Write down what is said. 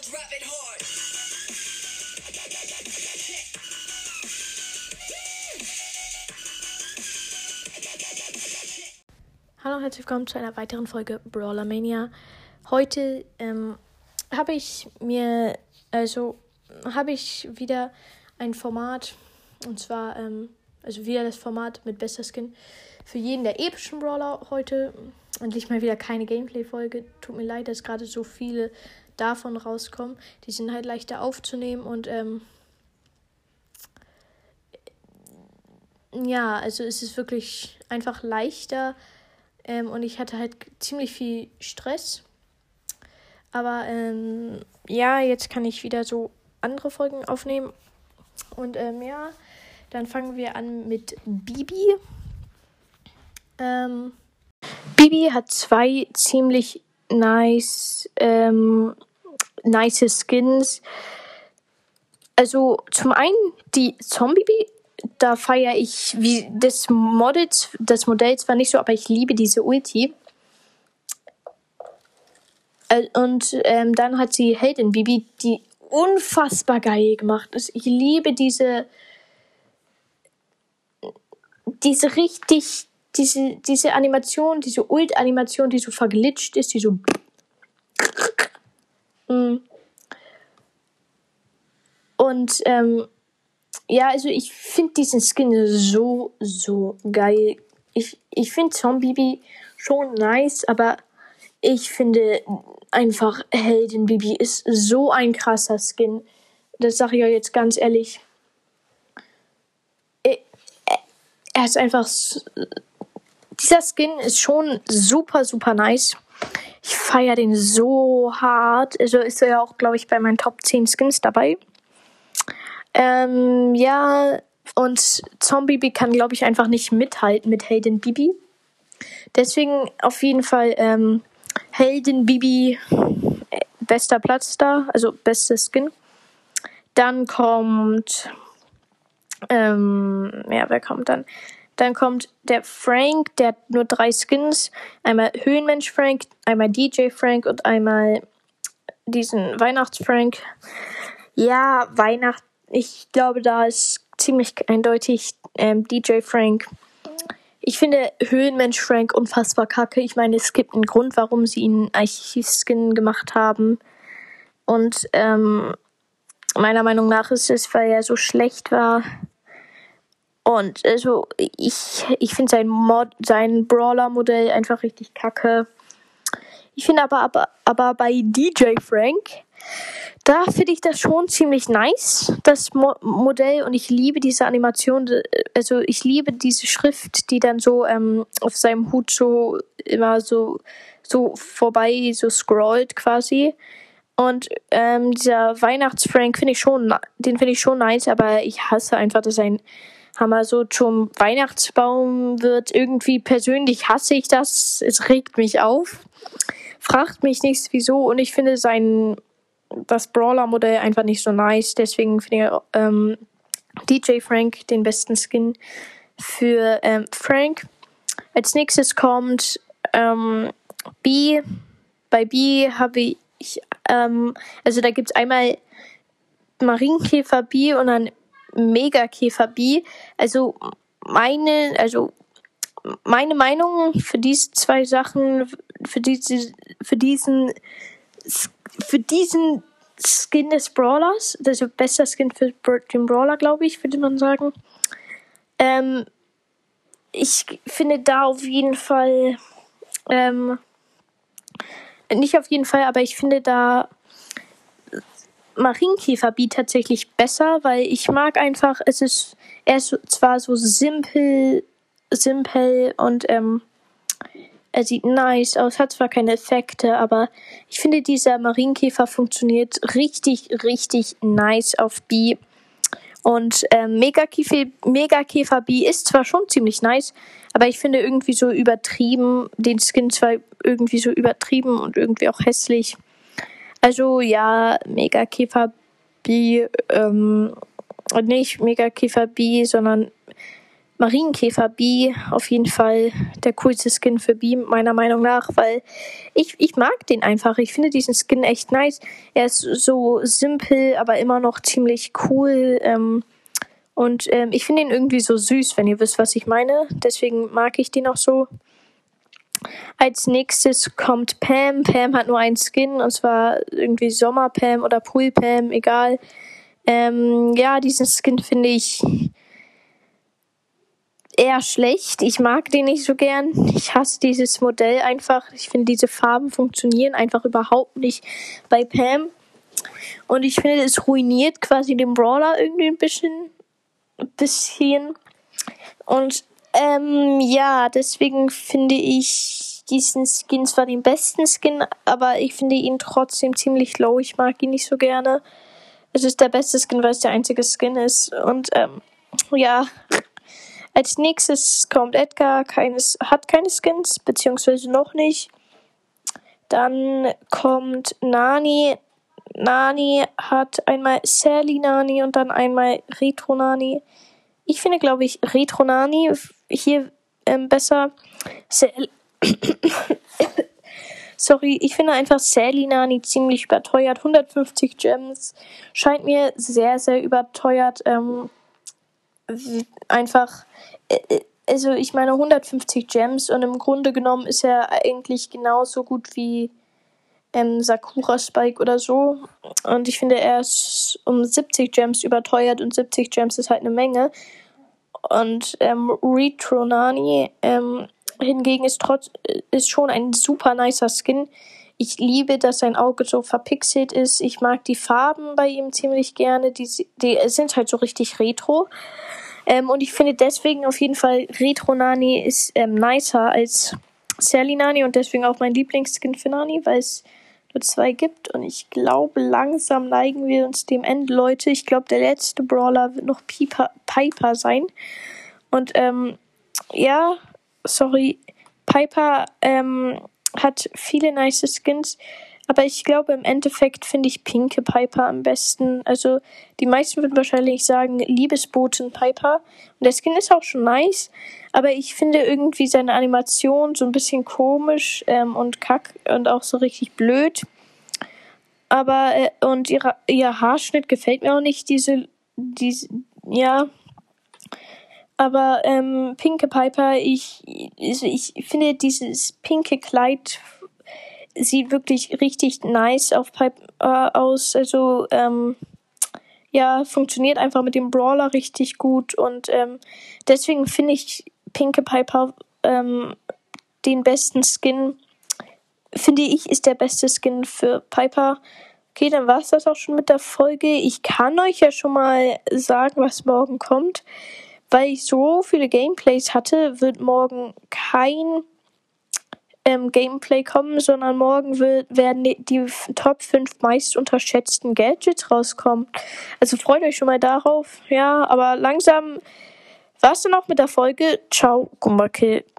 Hallo und herzlich willkommen zu einer weiteren Folge Brawler Mania. Heute habe ich wieder ein Format, und zwar wieder das Format mit bester Skin für jeden der epischen Brawler heute. Endlich mal wieder keine Gameplay-Folge. Tut mir leid, dass gerade so viele davon rauskommen. Die sind halt leichter aufzunehmen und also es ist wirklich einfach leichter. Und ich hatte halt ziemlich viel Stress. Aber jetzt kann ich wieder so andere Folgen aufnehmen. Und dann fangen wir an mit Bibi. Bibi hat zwei ziemlich nice Skins. Also zum einen die Zombie-Bibi. Da feiere ich wie das Modell zwar nicht so, aber ich liebe diese Ulti. Und dann hat sie Heldin Bibi, die unfassbar geil gemacht ist. Ich liebe diese Animation, diese Ult-Animation, die so verglitscht ist, die so. Und also ich finde diesen Skin so geil. Ich finde Zombie-Bibi schon nice, aber ich finde einfach Heldin Bibi ist so ein krasser Skin. Das sage ich euch jetzt ganz ehrlich. Er ist einfach. Dieser Skin ist schon super nice. Ich feiere den so hart. Also ist er ja auch, glaube ich, bei meinen Top 10 Skins dabei. Und Zombie kann, glaube ich, einfach nicht mithalten mit Heldin Bibi. Deswegen auf jeden Fall Heldin Bibi bester Platz da, also bester Skin. Dann kommt wer kommt dann? Dann kommt der Frank, der hat nur 3 Skins. Einmal Höhenmensch Frank, einmal DJ Frank und einmal diesen Weihnachts-Frank. Ja, ich glaube, da ist ziemlich eindeutig DJ Frank. Ich finde Höhenmensch Frank unfassbar kacke. Ich meine, es gibt einen Grund, warum sie ihn Archiv-Skin gemacht haben. Und meiner Meinung nach ist es, weil er so schlecht war. Und also ich finde sein Brawler-Modell einfach richtig kacke. Ich finde aber bei DJ Frank, da finde ich das schon ziemlich nice, das Modell. Und ich liebe diese Animation. Also ich liebe diese Schrift, die dann so auf seinem Hut so immer so vorbei so scrollt quasi. Und dieser Weihnachts-Frank finde ich schon nice, aber ich hasse einfach, dass sein Hammer so zum Weihnachtsbaum wird. Irgendwie persönlich hasse ich das. Es regt mich auf. Fragt mich nicht wieso. Und ich finde das Brawler-Modell einfach nicht so nice. Deswegen finde ich DJ Frank den besten Skin für Frank. Als nächstes kommt B. Bei B habe ich also da gibt es einmal Marienkäfer B und dann Megakäfer B. Also meine Meinung für diese zwei Sachen, für diesen Skin des Brawlers, das ist bester Skin für den Brawler, glaube ich, würde man sagen. Ich finde da auf jeden Fall, nicht auf jeden Fall, aber ich finde da Marienkäfer B tatsächlich besser, weil ich mag einfach, er ist zwar so simpel und er sieht nice aus, hat zwar keine Effekte, aber ich finde, dieser Marienkäfer funktioniert richtig nice auf B. Und Megakäfer B ist zwar schon ziemlich nice, aber ich finde irgendwie so übertrieben, den Skin zwar irgendwie so übertrieben und irgendwie auch hässlich. Also ja, Megakäfer B, nicht Megakäfer B, sondern Marienkäfer B auf jeden Fall der coolste Skin für B, meiner Meinung nach, weil ich mag den einfach. Ich finde diesen Skin echt nice. Er ist so simpel, aber immer noch ziemlich cool. Und ich finde ihn irgendwie so süß, wenn ihr wisst, was ich meine. Deswegen mag ich den auch so. Als nächstes kommt Pam. Pam hat nur einen Skin, und zwar irgendwie Sommer-Pam oder Pool-Pam, egal. Ja, diesen Skin finde ich eher schlecht. Ich mag den nicht so gern. Ich hasse dieses Modell einfach. Ich finde, diese Farben funktionieren einfach überhaupt nicht bei Pam. Und ich finde, es ruiniert quasi den Brawler irgendwie ein bisschen. Und ja, deswegen finde ich diesen Skin zwar den besten Skin, aber ich finde ihn trotzdem ziemlich low. Ich mag ihn nicht so gerne. Es ist der beste Skin, weil es der einzige Skin ist. Und ja, als nächstes kommt Edgar, hat keine Skins, beziehungsweise noch nicht. Dann kommt Nani. Nani hat einmal Sally Nani und dann einmal Retro Nani. Ich finde, glaube ich, Retro Nani hier besser. Sorry, ich finde einfach Sally Nani ziemlich überteuert. 150 Gems scheint mir sehr, sehr überteuert. Einfach, also ich meine 150 Gems und im Grunde genommen ist er eigentlich genauso gut wie Sakura Spike oder so. Und ich finde, er ist um 70 Gems überteuert und 70 Gems ist halt eine Menge. Und Retro Nani hingegen ist schon ein super nicer Skin. Ich liebe, dass sein Auge so verpixelt ist. Ich mag die Farben bei ihm ziemlich gerne. Die sind halt so richtig retro. Und ich finde deswegen auf jeden Fall Retro Nani ist nicer als Sally Nani und deswegen auch mein Lieblingsskin für Nani, weil es nur 2 gibt. Und ich glaube, langsam neigen wir uns dem Ende, Leute. Ich glaube, der letzte Brawler wird noch Piper sein. Und ja, sorry, Piper hat viele nice Skins, aber ich glaube, im Endeffekt finde ich pinke Piper am besten. Also die meisten würden wahrscheinlich sagen Liebesboten Piper. Und der Skin ist auch schon nice, aber ich finde irgendwie seine Animation so ein bisschen komisch und kack und auch so richtig blöd. Aber und ihr Haarschnitt gefällt mir auch nicht, ja. Aber pinke Piper, ich finde dieses pinke Kleid sieht wirklich richtig nice auf Piper aus. Also ja, funktioniert einfach mit dem Brawler richtig gut und deswegen finde ich pinke Piper den besten Skin. Finde ich, ist der beste Skin für Piper. Okay, dann war es das auch schon mit der Folge. Ich kann euch ja schon mal sagen, was morgen kommt. Weil ich so viele Gameplays hatte, wird morgen kein Gameplay kommen, sondern morgen werden die Top 5 meist unterschätzten Gadgets rauskommen. Also freut euch schon mal darauf. Ja, aber langsam war es dann auch mit der Folge. Ciao, Gumbakill.